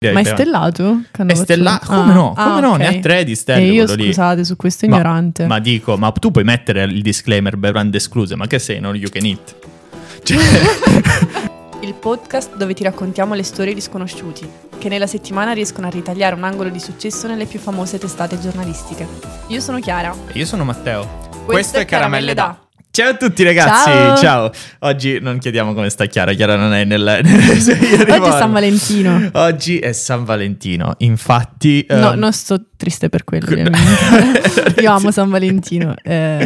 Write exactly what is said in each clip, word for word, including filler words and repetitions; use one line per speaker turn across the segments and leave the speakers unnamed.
Ma è stellato?
È stellato? Come
ah,
no? Come
ah,
no?
Okay.
Ne ha tre di stelle.
E io
quello
scusate,
lì.
su questo
ma,
ignorante.
Ma dico, ma tu puoi mettere il disclaimer bevande escluse, ma che sei? Non you can eat. Cioè...
Il podcast dove ti raccontiamo le storie di sconosciuti, che nella settimana riescono a ritagliare un angolo di successo nelle più famose testate giornalistiche. Io sono Chiara.
E io sono Matteo.
Questo,
Questo è Caramelle da.
Da.
Ciao a tutti ragazzi,
Ciao.
ciao. Oggi non chiediamo come sta Chiara, Chiara non è nel... nel
Oggi è San Valentino.
Oggi è San Valentino, infatti...
No,
ehm,
non sto triste per quello, ovviamente. Io amo San Valentino. Eh,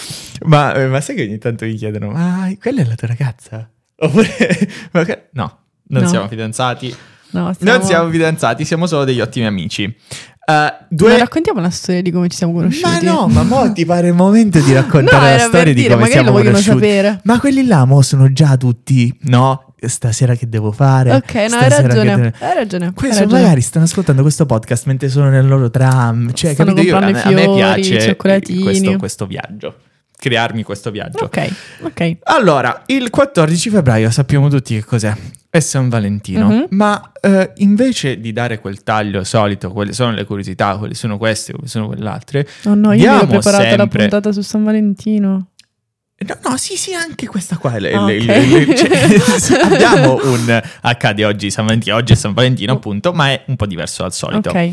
ma, ma sai che ogni tanto mi chiedono, ma quella è la tua ragazza? Oppure... ma che- no, non
No.
siamo fidanzati.
no, stiamo...
Non siamo fidanzati, siamo solo degli ottimi amici. Uh, due...
Ma raccontiamo la storia di come ci siamo conosciuti.
Ma no, ma mo ti pare il momento di raccontare
No,
la
era
storia
per
di
dire,
come
magari
siamo
lo vogliono
conosciuti.
sapere.
Ma quelli là mo sono già tutti, no? Stasera che devo fare?
Ok, no, hai
Stasera
ragione.
che devo-
Hai ragione.
Questo
hai ragione.
magari stanno ascoltando questo podcast mentre sono nel loro tram. Cioè,
Stanno
capito? Io, a, me,
comprando
a me
fiori,
piace
cioccolatini.
questo, questo viaggio. Crearmi questo viaggio.
Ok, ok.
Allora, il quattordici febbraio sappiamo tutti che cos'è. È San Valentino.
Mhm.
Ma eh, invece di dare quel taglio solito, quelle sono le curiosità, quelle sono queste, quelle sono quell'altre.
Oh no, io mi ero
diamo
preparata la
sempre-
puntata su San Valentino.
No, no, sì, sì, anche questa qua. il-
Ah,
il-
ok.
il- il- cioè, abbiamo un accade oggi San Valentino, oggi è San Valentino appunto, ma è un po' diverso dal solito.
Ok.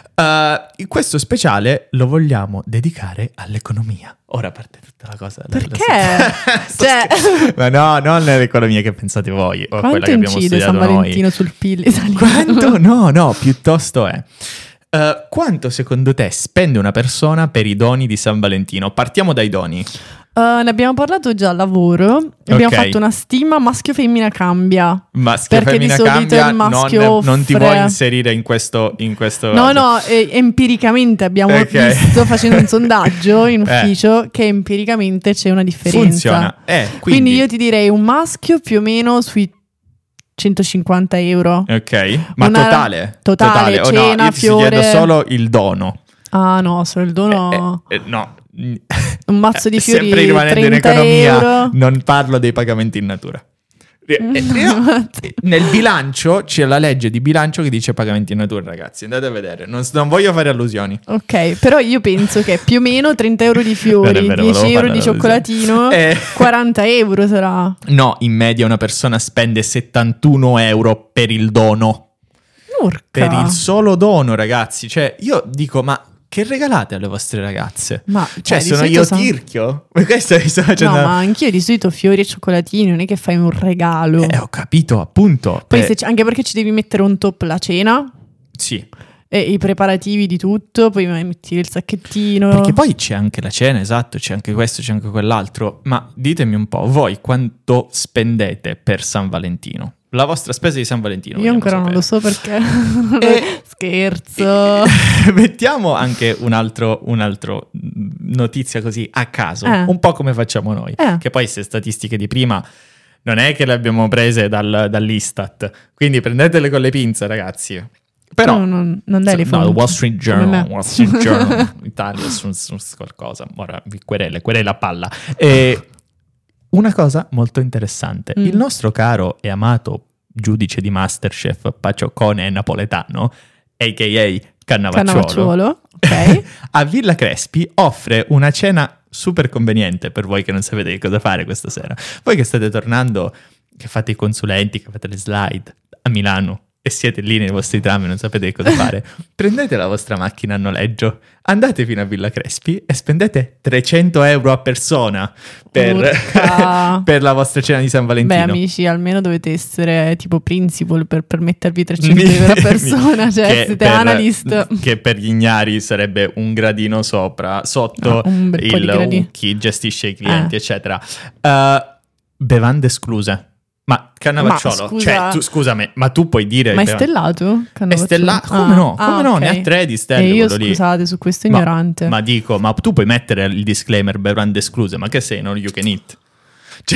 Uh, questo speciale lo vogliamo dedicare all'economia. Ora parte tutta la cosa. la- la-
Perché?
Sto
Cioè-
scher- Ma no, non l'economia che pensate voi, o quella
Quanto
che abbiamo
incide
studiato
San
noi.
Valentino sul P I L italiano?
Quanto? No, no, piuttosto è. Uh, quanto secondo te spende una persona per i doni di San Valentino? Partiamo dai doni.
Uh, ne abbiamo parlato già al lavoro. Abbiamo
Ok.
fatto una stima maschio-femmina cambia.
Maschio e
Perché di
femmina
solito
cambia,
il maschio
non, non ti
offre-
vuoi inserire in questo, in questo
No, no, eh, empiricamente abbiamo
Ok.
visto facendo un sondaggio in
Eh.
ufficio che empiricamente c'è una differenza.
funziona. Eh,
Quindi,
quindi,
io ti direi un maschio più o meno sui centocinquanta euro.
ok, ma
Una-
totale?
totale,
o no,
cena,
io ti
fiore.
chiedo solo il dono.
Ah no, solo il dono.
Eh, eh, no.
Un mazzo di fiori
Sempre rimanendo in
trenta
economia,
euro.
non parlo dei pagamenti in natura. Eh, eh, io- Nel bilancio c'è la legge di bilancio che dice pagamenti in natura, ragazzi. Andate a vedere. Non, non voglio fare allusioni.
Ok, però io penso che più o meno trenta euro di fiori,
Vero, è vero,
dieci
volevo
euro
fare
di
la
cioccolatino,
Eh.
quaranta euro sarà.
No, in media una persona spende settantuno euro per il dono.
Urca.
Per il solo dono, ragazzi. Cioè, io dico, ma che regalate alle vostre ragazze?
Ma
Cioè,
di
sono
solito
io
sa-
tirchio? Ma questo mi sto facendo...
No, ma anch'io di solito fiori e cioccolatini, non è che fai un regalo.
Eh, ho capito, appunto.
Poi
Eh,
se c- anche perché ci devi mettere on top la cena
Sì,
e i preparativi di tutto, poi metti il sacchettino.
perché poi c'è anche la cena, esatto, c'è anche questo, c'è anche quell'altro. Ma ditemi un po', voi quanto spendete per San Valentino? La vostra spesa di San Valentino?
Io
vogliamo
ancora non lo
sapere.
so perché.
Eh,
Scherzo.
Mettiamo anche un altro, un altro mh, notizia così a caso,
Eh.
un po' come facciamo noi.
Eh.
Che poi queste statistiche di prima non è che le abbiamo prese dal, dall'Istat, quindi prendetele con le pinze, ragazzi. Però
No, non, non dai le
no,
fonti.
il Wall Street
Come
Journal,
me.
Wall Street Journal Italia su, su qualcosa. Ora vi querele, querela palla. E una cosa molto interessante,
Mm.
il nostro caro e amato giudice di Masterchef Pacioccone Napoletano, a k a. Cannavacciuolo,
Cannavacciuolo, ok.
a Villa Crespi offre una cena super conveniente per voi che non sapete che cosa fare questa sera. Voi che state tornando, che fate i consulenti, che fate le slide a Milano e siete lì nei vostri tram e non sapete che cosa fare, prendete la vostra macchina a noleggio, andate fino a Villa Crespi e spendete trecento euro a persona per,
Urca.
per la vostra cena di San
Beh,
Valentino.
amici, almeno dovete essere tipo principal per permettervi trecento euro a persona. Cioè,
Che
siete
per-
analyst.
Che per gli ignari sarebbe un gradino sopra, sotto
No, un bel po' di
il
gradi.
chi gestisce i clienti,
Eh.
eccetera. Uh, bevande escluse. Ma Cannavacciuolo,
Ma scusa-
cioè, tu, scusami, ma tu puoi dire...
Ma è
bevande-
stellato?
È stellato? Come no? Come no? Ne ha tre di stelle
E io
quello lì.
scusate, su questo
Ma-
ignorante.
Ma dico, ma tu puoi mettere il disclaimer bevande escluse, ma che sei? Non you can eat. Cioè,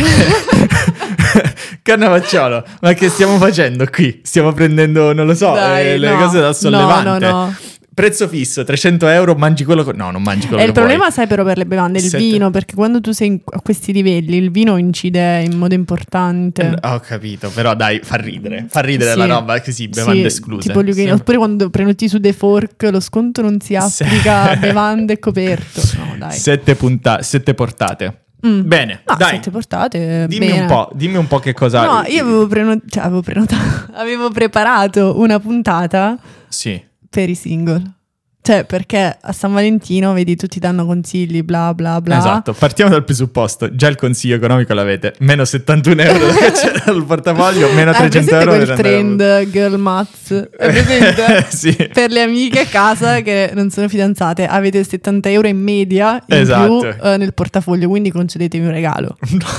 Cannavacciolo, ma che stiamo facendo qui? Stiamo prendendo, non lo so,
Dai,
eh, le
no,
cose dal
no,
sollevante.
no, no.
prezzo fisso, trecento euro, mangi quello che... No, non mangi quello
E
che
il problema,
vuoi.
sai, però, per le bevande, il
Sette-
vino, perché quando tu sei in- a questi livelli, il vino incide in modo importante.
Eh, Ho capito, però dai, fa ridere. Fa ridere
Sì.
la roba, così, bevande
Sì,
escluse.
tipo gli-
Sì.
Oppure quando prenoti su The Fork, lo sconto non si
Sì.
applica a bevande e coperto. No, dai.
Sette, punta- sette portate.
Mm.
Bene,
No,
dai.
sette portate.
Dimmi
bene.
un po', dimmi un po' che cosa...
No, io avevo, preno- cioè, avevo prenotato, avevo preparato una puntata
Sì.
per i single. Cioè, perché a San Valentino, vedi, tutti danno consigli, bla bla bla.
Esatto, partiamo dal presupposto. Già il consiglio economico l'avete. Meno settantuno euro da cacciare dal portafoglio, meno
Hai
trecento
presente
euro.
quel
per andare a-
trend girl maths? Hai presente?
Sì.
Per le amiche a casa che non sono fidanzate, avete settanta euro in media in
Esatto.
più eh, nel portafoglio, quindi concedetevi un regalo.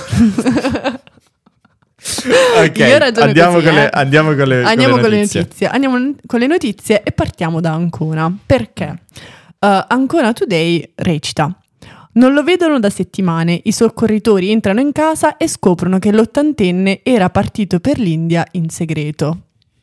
Ok,
Io ragiono
andiamo,
così,
con le,
eh.
andiamo con le
Andiamo
con
con le
notizie.
notizie. Andiamo con le notizie e partiamo da Ancona. Perché uh, Ancona Today recita: non lo vedono da settimane, i soccorritori entrano in casa e scoprono che l'ottantenne era partito per l'India in segreto.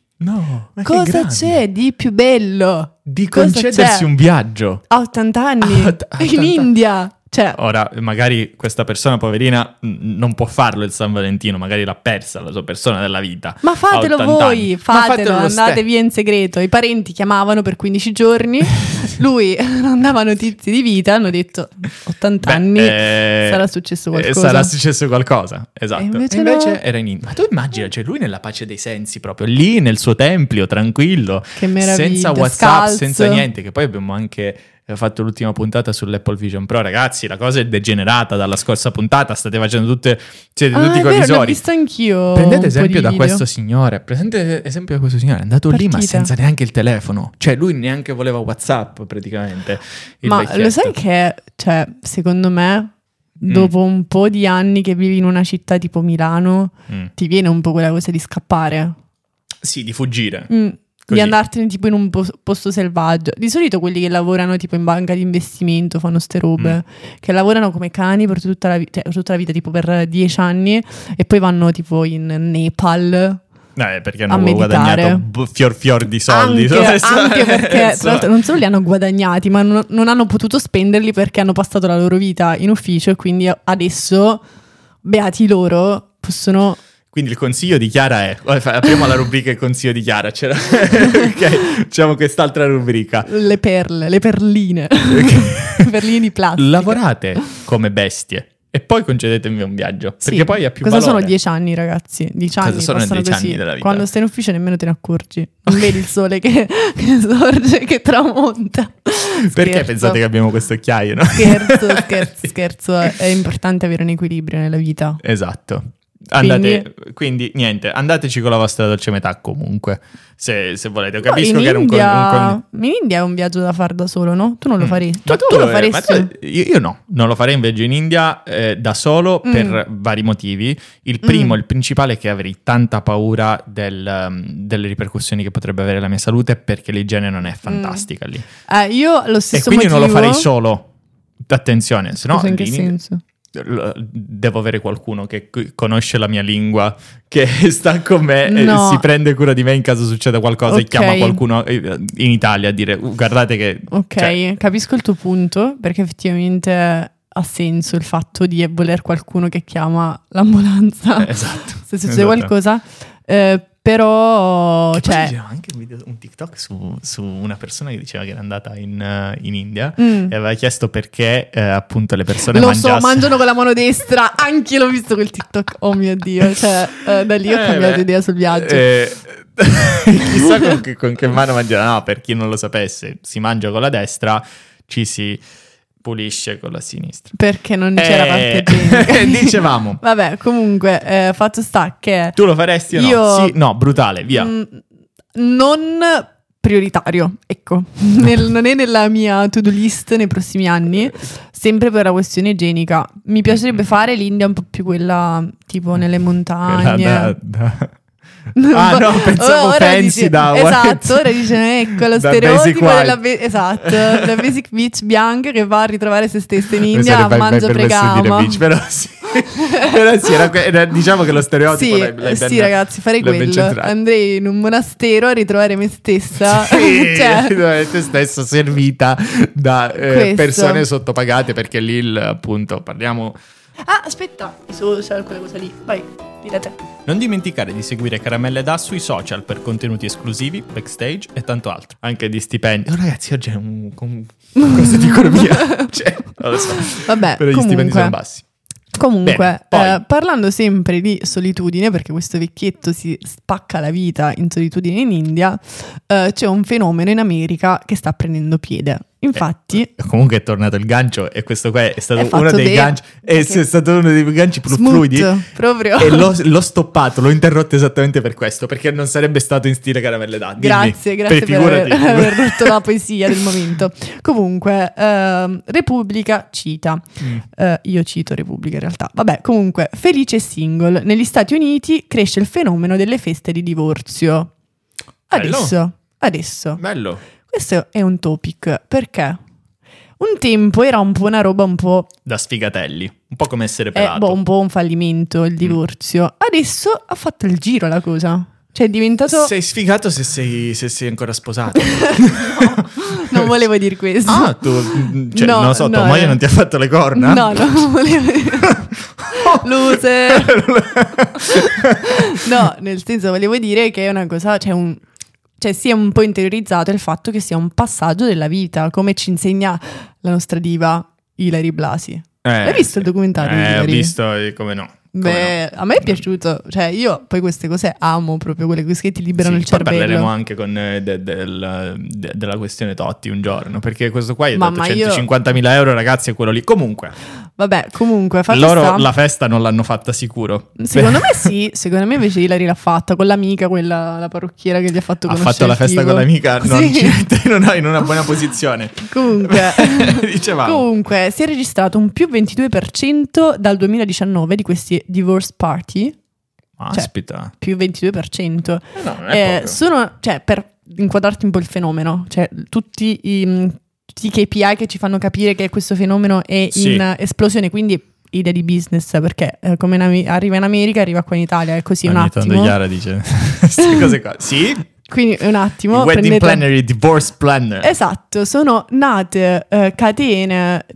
No, ma che
Cosa
grande.
c'è di più bello?
Di
Cosa
concedersi
c'è?
un viaggio.
A ottanta anni
A ott- a
in
ottanta
India. Cioè,
Ora, magari questa persona poverina mh, non può farlo il San Valentino, magari l'ha persa la sua persona della vita.
ma
a
fatelo
ottanta
voi,
anni. Ma
fatelo,
lo
andate
ste-
via in segreto. I parenti chiamavano per quindici giorni, lui non dava notizie di vita, hanno detto ottanta
Beh,
anni,
eh,
sarà successo
eh,
qualcosa.
Sarà successo qualcosa, esatto.
E invece
E invece
no.
era in India. Ma tu immagina, cioè lui nella pace dei sensi, proprio lì nel suo tempio, tranquillo,
Che meraviglia,
senza WhatsApp,
scalzo.
senza niente. Che poi abbiamo anche eh, fatto l'ultima puntata sull'Apple Vision Pro. Ragazzi, la cosa è degenerata dalla scorsa puntata. State facendo tutte, siete
Ah,
tutti
è
con i
vero, l'ho
visori.
visto anch'io.
Prendete
un po'
esempio
di
da
video.
questo signore, prendete esempio da questo signore, è andato lì ma
Partita.
senza neanche il telefono, cioè lui neanche voleva WhatsApp praticamente. Il
Ma
vecchietto.
lo sai che, cioè, secondo me, dopo un po' di anni che vivi in una città tipo Milano,
Mm.
ti viene un po' quella cosa di scappare.
Sì, di fuggire.
Mm,
Così.
di andartene tipo in un pos- posto selvaggio. Di solito quelli che lavorano tipo in banca di investimento fanno ste robe,
Mm.
che lavorano come cani per tutta la, vi- cioè, tutta la vita, tipo per dieci anni, e poi vanno tipo in Nepal.
Eh, perché
A
hanno
meditare.
guadagnato b- fior fior di soldi.
Anche,
Insomma,
anche perché tra
insomma.
l'altro non solo li hanno guadagnati, ma non, non hanno potuto spenderli perché hanno passato la loro vita in ufficio e quindi adesso, beati loro, possono...
Quindi il consiglio di Chiara è, apriamo la rubrica il consiglio di Chiara, c'era, ok, facciamo quest'altra rubrica.
Le perle, le perline, perline di plastica.
Lavorate come bestie e poi concedetevi un viaggio,
Sì.
perché poi ha più
Cosa
valore.
sono dieci anni, ragazzi? Dieci
Cosa
anni
sono
passano
dieci
così.
anni della vita?
Quando stai in ufficio nemmeno te ne accorgi. Non vedi il sole che, che sorge, che tramonta.
Perché
Scherzo.
pensate che abbiamo questo occhiaio, no?
Scherzo, scherzo, scherzo. È importante avere un equilibrio nella vita.
Esatto. Andate, quindi... niente, andateci con la vostra dolce metà comunque, se, se volete. Capisco
No, in
che era un, con-
India,
un con-
in India è un viaggio da fare da solo, no? Tu non lo
Mm.
faresti. Tu,
Ma
tu lo
ma
faresti?
tu- io, io no, non lo farei in viaggio in India eh, da solo
Mm.
per vari motivi. Il primo,
Mm.
il principale, è che avrei tanta paura del, um, delle ripercussioni che potrebbe avere la mia salute, perché l'igiene non è fantastica lì.
Eh, io lo
E
stesso
quindi
motivo...
non lo farei solo. Attenzione, se no
Scusa, in che
lì-
senso?
l- devo avere qualcuno che c- conosce la mia lingua, che sta con me
No.
e si prende cura di me in caso succeda qualcosa, e
Ok.
chiama qualcuno eh, in Italia a dire "Uh, guardate che
Ok,
cioè,
capisco il tuo punto, perché effettivamente ha senso il fatto di voler qualcuno che chiama l'ambulanza
eh, esatto,
se succede
esatto.
qualcosa. Eh, però,
Che poi
cioè...
c'era anche un, video, un TikTok su, su una persona che diceva che era andata in, eh, in India
Mm.
e aveva chiesto perché eh, appunto le persone
Lo
mangiassero.
so, mangiano con la mano destra. Anche io l'ho visto quel TikTok. Oh mio Dio, cioè, eh, da lì ho
Eh,
cambiato
beh,
idea sul viaggio.
eh, chissà con che, con che mano mangiare. No, per chi non lo sapesse, si mangia con la destra, ci si pulisce con la sinistra.
Perché non c'era
Eh,
parte igienica.
dicevamo.
Vabbè, comunque, eh, fatto sta che...
Tu lo faresti o no?
Io-
Sì, no, brutale, via.
Mm, non prioritario, ecco, Nel- non è nella mia to-do list nei prossimi anni, sempre per la questione igienica. Mi piacerebbe fare l'India un po' più quella tipo nelle
Quella
montagne.
da- da- Ah no, pensavo
Ora
fancy
dice-
da
esatto, ora dice ecco lo
da
stereotipo
Basic White.
della be- esatto, la basic bitch bianca che va a ritrovare se stessa in
Mi
India
sarebbe
a
mai
mangia
permesso di dire
pregama.
bitch, però sì. Però sì, era, era, diciamo che lo stereotipo
sì,
l'hai, l'hai
sì
ben,
ragazzi, farei
l'hai ben
quello.
centrato.
Andrei in un monastero a ritrovare me stessa.
Sì,
cioè,
te stessa servita da eh,
Questo.
persone sottopagate, perché lì il, appunto parliamo.
Ah, aspetta, i social, quella cosa lì. Vai, dire te.
Non dimenticare di seguire Caramelle Da sui social per contenuti esclusivi, backstage e tanto altro. Anche di stipendi. Oh, ragazzi, oggi è un, un cosa di economia. Cioè, non lo so.
Vabbè,
però gli
comunque,
stipendi sono bassi.
Comunque,
Bene, poi.
eh, parlando sempre di solitudine, perché questo vecchietto si spacca la vita in solitudine in India, eh, c'è un fenomeno in America che sta prendendo piede. Infatti,
Eh, comunque è tornato il gancio e questo qua è stato
È
uno
fatto
dei
bene.
ganci è,
Perché-
è stato uno dei ganci più
smooth,
fluidi
proprio.
e l'ho, l'ho stoppato, l'ho interrotto esattamente per questo, perché non sarebbe stato in stile Caramelle Da. Dimmi.
Grazie, grazie per,
figurati.
aver, aver rotto la poesia del momento. Comunque, ehm, Repubblica cita.
Mm.
Eh, io cito Repubblica in realtà. Vabbè, comunque, felice single. Negli Stati Uniti cresce il fenomeno delle feste di divorzio.
Bello.
Adesso, adesso.
Bello.
Questo è un topic, perché un tempo era un po' una roba un po',
Da sfigatelli, un po' come essere
eh,
pelato.
boh, un po' un fallimento, il divorzio. Adesso ha fatto il giro la cosa. Cioè è diventato...
Sei sfigato se sei, se sei ancora sposato.
Non volevo dire questo.
Ah, tu, cioè,
No,
non lo so, tua
no,
moglie
eh.
non ti ha fatto le corna?
No, no, non volevo dire. Loser. No, nel senso volevo dire che è una cosa, cioè un... Cioè si è un po' interiorizzato il fatto che sia un passaggio della vita, come ci insegna la nostra diva Ilary Blasi.
Eh,
Hai visto il documentario di
Eh, ho
Ilary?
visto, e come no. Come
Beh, a me è piaciuto, cioè io poi queste cose amo proprio, quelle cose che ti
no.
liberano
Sì,
il
poi
cervello.
parleremo anche con, eh, de- del- de- della questione Totti un giorno, perché questo qua gli ha
Ma-
dato
ma io-
centocinquantamila euro, ragazzi, è quello lì. Comunque,
Vabbè, comunque, fatto
loro
sta-
la festa non l'hanno fatta sicuro.
Secondo me sì, secondo me invece Ilary l'ha fatta con l'amica, quella, la parrucchiera che gli ha fatto
Ha
conoscere
fatto la
il
festa
figo.
con l'amica, non,
Sì.
ci mette in una, in una buona posizione.
Comunque,
Dicevamo.
comunque, si è registrato un più ventidue per cento dal duemiladiciannove di questi divorce party,
Aspetta.
più ventidue per cento.
Eh no, non è
Eh,
poco.
sono, cioè, per inquadrarti un po' il fenomeno, cioè tutti i, tutti i K P I che ci fanno capire che questo fenomeno è
Sì.
in esplosione, quindi idea di business, perché eh, come in Am- arriva in America, arriva qua in Italia, è così un
Ogni tanto
attimo.
Chiara dice queste cose qua. Sì?
Quindi un attimo.
Il wedding
prendete-
planner, il divorce planner.
Esatto, sono nate eh, catene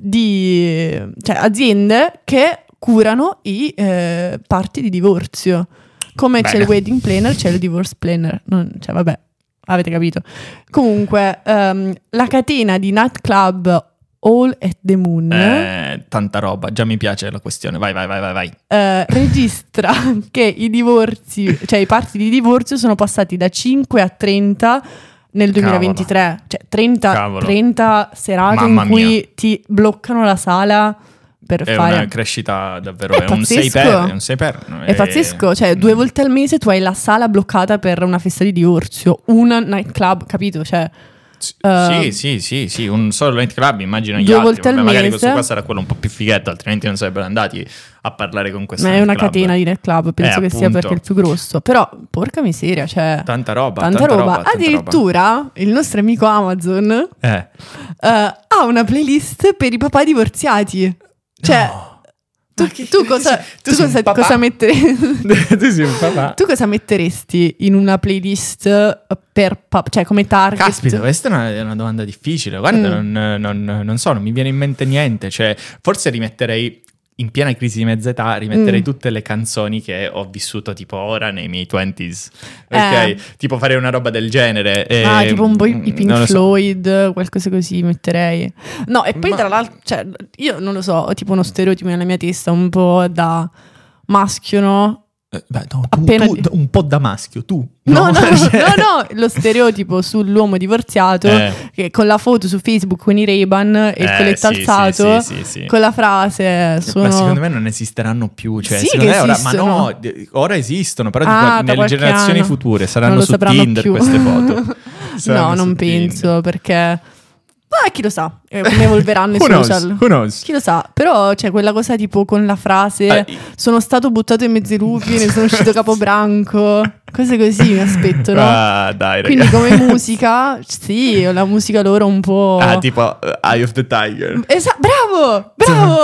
di, cioè aziende che curano i eh, party di divorzio. Come c'è
Bene.
il wedding planner, c'è il divorce planner. Non- cioè, vabbè, avete capito. Comunque, ehm, la catena di nightclub All at the Moon
Eh, tanta roba, già mi piace la questione. Vai, vai, vai, vai, vai.
eh, registra che i divorzi, cioè i party di divorzio sono passati da cinque a trenta nel duemilaventitré. Cioè trenta,
Cavolo.
trenta serate
Mamma
in cui
mia.
ti bloccano la sala per
È
fare...
una crescita davvero.
È
È, un sei
pazzesco.
per. È un sei per. no?
È pazzesco, cioè due volte al mese tu hai la sala bloccata per una festa di divorzio, un nightclub, capito? Cioè,
Sì,
eh,
sì, sì, sì, sì, un solo nightclub, immagino gli
due
altri.
volte al
Vabbè, magari
mese.
questo qua sarà quello un po' più fighetto, altrimenti non sarebbero andati a parlare con questo
ma è una
nightclub.
catena di nightclub, penso
Eh,
che sia
appunto.
perché è il più grosso. Però, porca miseria, cioè...
Tanta roba,
Tanta,
tanta,
roba.
roba, tanta
Addirittura il nostro amico Amazon
roba. Eh.
eh, ha una playlist per i papà divorziati. Cioè,
No.
tu,
Ma che-
tu cosa,
tu
tu
sei un
cosa,
papà?
cosa metteresti?
Tu sei un papà.
Tu cosa metteresti in una playlist per pap- cioè come target?
Caspita, questa è una, è una domanda difficile. Guarda,
Mm.
non, non- non so, non mi viene in mente niente. Cioè, forse rimetterei in piena crisi di mezza età, rimetterei
Mm.
tutte le canzoni che ho vissuto tipo ora nei miei venti's. Ok?
Eh.
Tipo farei una roba del genere. e-
Ah, tipo un po' i i Pink
non lo so.
Floyd, qualcosa così metterei. No, e poi
Ma-
tra l'altro, cioè, io non lo so, ho tipo uno stereotipo nella mia testa un po' da maschio, no?
Eh, beh, no, tu-
Appena
tu-
di-
un po' da maschio, tu.
No, no, no,
Cioè-
no, no, lo stereotipo sull'uomo divorziato
Eh.
che con la foto su Facebook con i Ray-Ban e il
Eh,
colletto
sì,
alzato
sì, sì, sì, sì.
con la frase sono...
Ma secondo me non esisteranno più. Cioè,
Sì
secondo
che
me ora,
esistono.
ma no, d- ora esistono, però
Ah,
dico,
tra
nelle
qualche
generazioni
anno.
future
Non
saranno
lo
su
sapranno
Tinder
più.
queste foto. Saranno
No,
su
non
Tinder.
penso perché... Ma chi lo sa eh, come evolveranno i
Who knows?
social.
Who knows?
Chi lo sa, però c'è quella cosa tipo con la frase
Eh,
sono stato buttato in mezzo ai lupi, ne sono uscito capobranco, cose così mi aspetto, no?
Ah, dai,
Quindi
ragazzi.
come musica, sì, la musica loro un po'...
Ah, tipo uh, Eye of the Tiger.
Esa- bravo, bravo!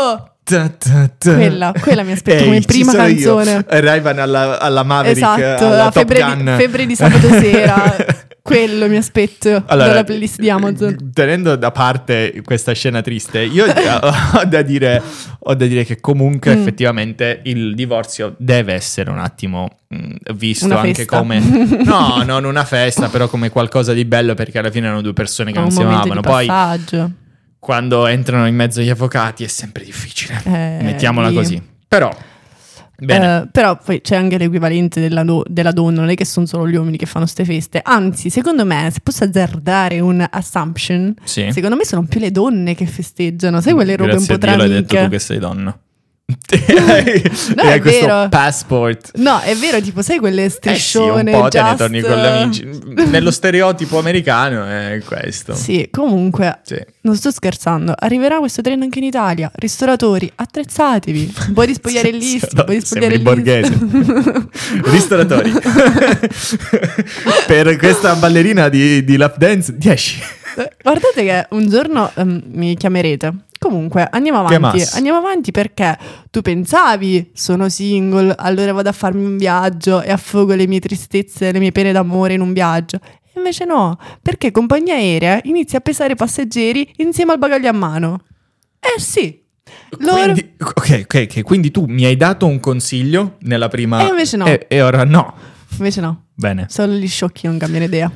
Ta, ta, ta.
Quella, quella mi aspetto
Ehi,
come
ci
prima
sono io.
canzone.
Arrivano alla, alla Maverick,
Esatto,
alla
la
Top
febbre
Gun.
di, febbre di sabato sera. Quello mi aspetto
Allora,
dalla playlist di Amazon.
Tenendo da parte questa scena triste, io ho da dire, ho da dire che comunque
Mm.
effettivamente il divorzio deve essere un attimo mh, visto
Una
anche
festa.
come no, non una festa, però come qualcosa di bello, perché alla fine erano due persone che
È
non
un
si
momento
amavano.
di
Poi
passaggio.
quando entrano in mezzo gli avvocati è sempre difficile,
Eh,
mettiamola
lì.
così. Però bene.
Eh, però poi c'è anche l'equivalente della, do- della donna, non è che sono solo gli uomini che fanno ste feste, anzi secondo me, se posso azzardare un assumption,
Sì.
secondo me sono più le donne che festeggiano, sai quelle robe
Grazie
un po'
a
tra
Dio l'hai detto tu
amiche?
che sei donna.
No,
E
è
hai questo
vero.
passport.
No, è vero, tipo sai quelle
Eh sì,
striscione
un po' te ne
just-
torni con gli amici. Nello stereotipo americano è questo.
Sì, comunque,
Sì.
non sto scherzando, arriverà questo trend anche in Italia. Ristoratori, attrezzatevi, un po' di spogliarellisti,
No,
un po' di
sembri
spogliarellisti.
Ristoratori. Per questa ballerina di, di lap dance, dieci.
Guardate che un giorno ehm, mi chiamerete. Comunque, andiamo avanti.
Chiamassi.
Andiamo avanti perché tu pensavi, sono single, allora vado a farmi un viaggio e affogo le mie tristezze, le mie pene d'amore in un viaggio. E invece no, perché compagnia aerea inizia a pesare passeggeri insieme al bagaglio a mano. Eh sì. Loro...
Quindi, ok, ok, ok. Quindi tu mi hai dato un consiglio nella prima.
E invece no.
E, e ora no.
Invece no.
Bene.
Solo gli sciocchi non cambiano idea.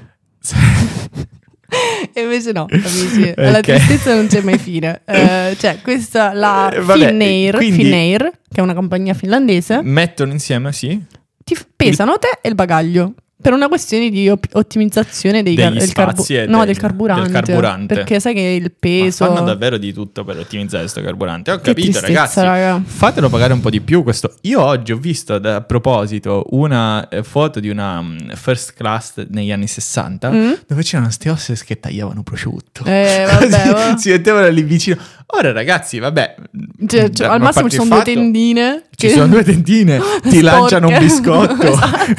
E invece no, amici. Alla
Ok.
tristezza non c'è mai fine. Eh, cioè, questa, la
Eh, vabbè,
Finnair,
quindi-
Finnair, che è una compagnia finlandese,
Mettono insieme, sì.
ti f- pesano te e il bagaglio. Per una questione di op- ottimizzazione dei car-
Degli
del, carbu-
spazi e
no,
del-
del, carburante,
del carburante.
Perché sai che il
Ma
peso...
fanno davvero di tutto per ottimizzare questo carburante. Ho
Che
capito,
tristezza,
ragazzi.
raga.
Fatelo pagare un po' di più questo. Io oggi ho visto, da- a proposito, una eh, foto di una mm, first class negli anni sessanta
Mm?
dove c'erano queste hostess che tagliavano prosciutto.
Eh, vabbè, oh.
Si mettevano lì vicino. Ora, ragazzi, vabbè.
Cioè, cioè,
da-
al
ma a
massimo
parte
ci
il
sono due
fatto-
tendine.
Ci
che-
sono due tendine, ti
Sporche.
lanciano un biscotto.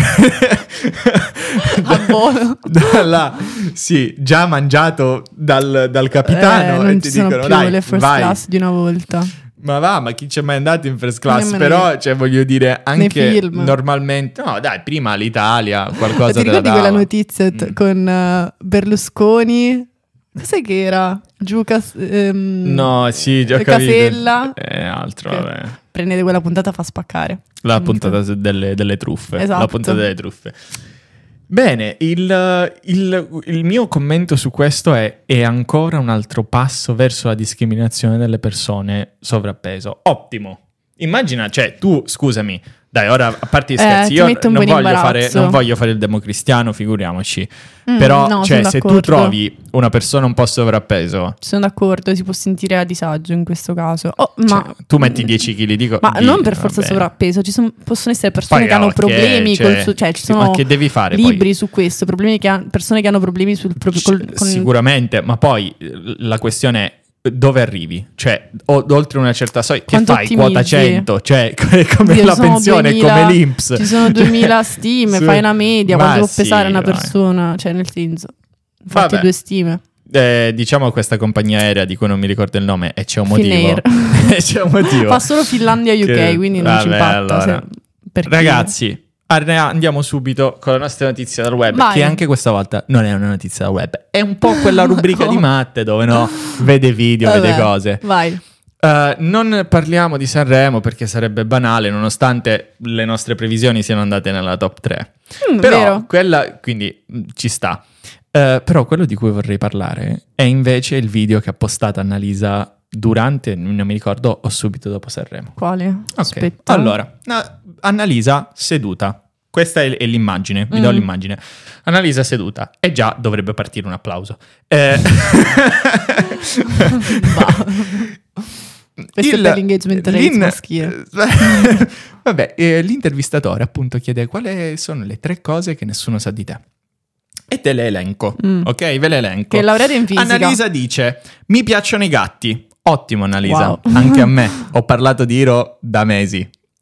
A volo.
Da là, sì, già mangiato dal, dal capitano
Eh, non
e
ci
ti
sono
dicono
più
dai,
le first
vai.
class di una volta.
Ma va, ma chi c'è mai andato in first class?
Nemmeno
Però,
io.
cioè, voglio dire, anche
film.
normalmente... No, dai, prima l'Italia, qualcosa
Ti
te la
ricordi quella
dava.
notizia t-
Mm.
con eh, Berlusconi? Cos'è che era? Giuca... ehm,
No, sì, già
e
capito.
Casella.
Eh, altro,
Che
vabbè.
Prendete quella puntata, fa spaccare.
La
Comunque.
puntata delle, delle truffe.
Esatto.
La puntata delle truffe. Bene, il, il- il mio commento su questo è: è ancora un altro passo verso la discriminazione delle persone sovrappeso. Ottimo. Immagina, cioè, tu, scusami, dai, ora a parte gli
Eh,
scherzi,
ti
io
metto un
non
po' in
voglio, fare,
imbarazzo.
non voglio fare il democristiano, figuriamoci.
Mm,
Però,
no,
cioè,
sono
se tu
d'accordo.
trovi una persona un po' sovrappeso,
Sono d'accordo, si può sentire a disagio in questo caso. Oh, ma...
cioè, tu metti dieci chili di co-
Ma
di-
non per forza
vabbè.
sovrappeso, ci son- possono essere persone
Poi,
che hanno
occhio,
problemi
cioè,
col su- cioè ci
sì,
sono
ma che devi fare
libri
poi?
su questo, problemi che han- persone che hanno problemi sul proprio col- con-
Sicuramente, ma poi eh, la questione è dove arrivi? Cioè, o, oltre una certa soglia, che
Quanto
fai?
ottimizzi?
Quota cento? Cioè, come
Dio,
la
ci sono
pensione,
duemila
come l'I N P S.
Ci sono duemila stime,
Su-
fai una media,
Ma
quanto può
sì,
pesare una
dai.
persona, cioè nel senso, fatti
Vabbè.
due stime.
Eh, diciamo questa compagnia aerea di cui non mi ricordo il nome e c'è un motivo.
Finnair.
C'è un motivo.
Fa solo Finlandia U K,
Che-
quindi non ci
vabbè,
impatta.
allora.
se- perché-
Ragazzi, arne- andiamo subito con la nostra notizia dal web,
Vai.
che anche questa volta non è una notizia dal web, è un po' quella rubrica
No.
di matte dove no, vede video,
Vabbè,
vede cose.
Vai.
Uh, non parliamo di Sanremo perché sarebbe banale, nonostante le nostre previsioni siano andate nella top tre.
Mm,
Però
vero.
quella, quindi mh, ci sta. Uh, però quello di cui vorrei parlare è invece il video che ha postato Annalisa durante, non mi ricordo, o subito dopo Sanremo.
Quale?
Ok,
Aspetta.
allora, no, Annalisa seduta. Questa è, è l'immagine, vi do
Mm.
l'immagine. Annalisa seduta. E già dovrebbe partire un applauso. Eh,
Questo è per l'engagement rate
l'in-
maschile.
Vabbè, eh, l'intervistatore appunto chiede quali sono le tre cose che nessuno sa di te. E te le elenco,
Mm.
ok? Ve le elenco.
Che è laureata in fisica.
Annalisa dice, mi piacciono i gatti. Ottimo Annalisa,
Wow.
anche a me. Ho parlato di Iro da mesi.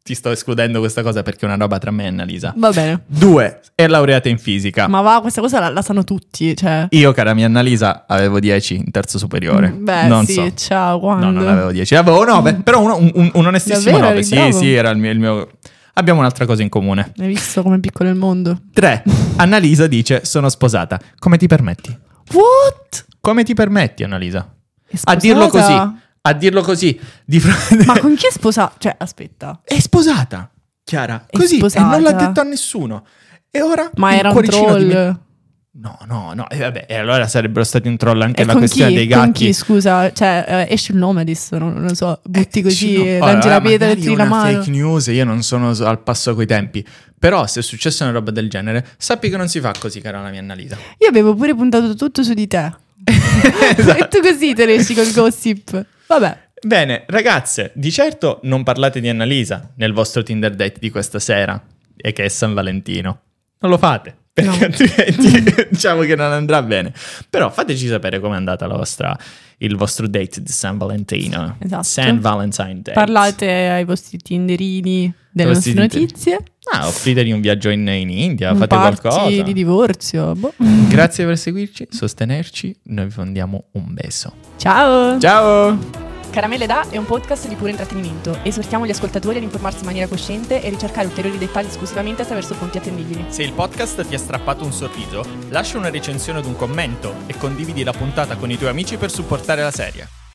ti sto escludendo questa cosa perché è una roba tra me e Annalisa.
Va bene.
Due, è laureata in fisica.
Ma va, questa cosa la, la sanno tutti, cioè.
Io, cara mia Annalisa, avevo dieci in terzo superiore.
Beh,
non
sì,
so.
ciao, quando?
No, non avevo dieci. Avevo nove, però uno, un, un, un onestissimo
Davvero?
nove.
Eri
Sì,
bravo?
sì, era il mio, il mio... Abbiamo un'altra cosa in comune.
Hai visto com'è piccolo il mondo?
Tre, Annalisa dice, sono sposata. Come ti permetti?
What?
Come ti permetti, Annalisa?
È
A dirlo così.
sposata?
A dirlo così. Di fronte...
Ma con chi è sposata? Cioè, aspetta.
È sposata, Chiara.
È
Così.
sposata.
E non l'ha detto a nessuno. E ora...
Ma
il
era un
cuoricino
troll.
di me- No, no, no. E vabbè, e allora sarebbero stati un troll anche
E
la
con
questione
chi?
dei
Con
gatti.
chi, scusa? Cioè, eh, esce il nome adesso, non, non lo so. Butti
Eh,
così,
no.
eh,
Ora,
lanci la pietra e
magari
tiri la
una
mano.
fake news, io non sono al passo coi tempi. Però se è successa una roba del genere, sappi che non si fa così, cara la mia Annalisa.
Io avevo pure puntato tutto su di te.
Esatto.
E tu così te ne esci col gossip. Vabbè.
Bene, ragazze, di certo non parlate di Annalisa nel vostro Tinder date di questa sera, e che è San Valentino. Non lo fate, perché
No.
altrimenti diciamo che non andrà bene. Però fateci sapere com'è andata la vostra, il vostro date di San Valentino.
Esatto.
San Valentine Day.
Parlate ai vostri tinderini delle
Ai
nostre
vostri Tinder-
notizie.
Ah, offriteli un viaggio in, in India,
Un
fate
party
qualcosa.
di divorzio. Boh.
Grazie per seguirci, sostenerci. Noi vi mandiamo un beso.
Ciao.
Ciao!
Caramelle Da è un podcast di puro intrattenimento. Esortiamo gli ascoltatori ad informarsi in maniera cosciente e ricercare ulteriori dettagli esclusivamente attraverso fonti attendibili.
Se il podcast ti ha strappato un sorriso, lascia una recensione ed un commento e condividi la puntata con i tuoi amici per supportare la serie.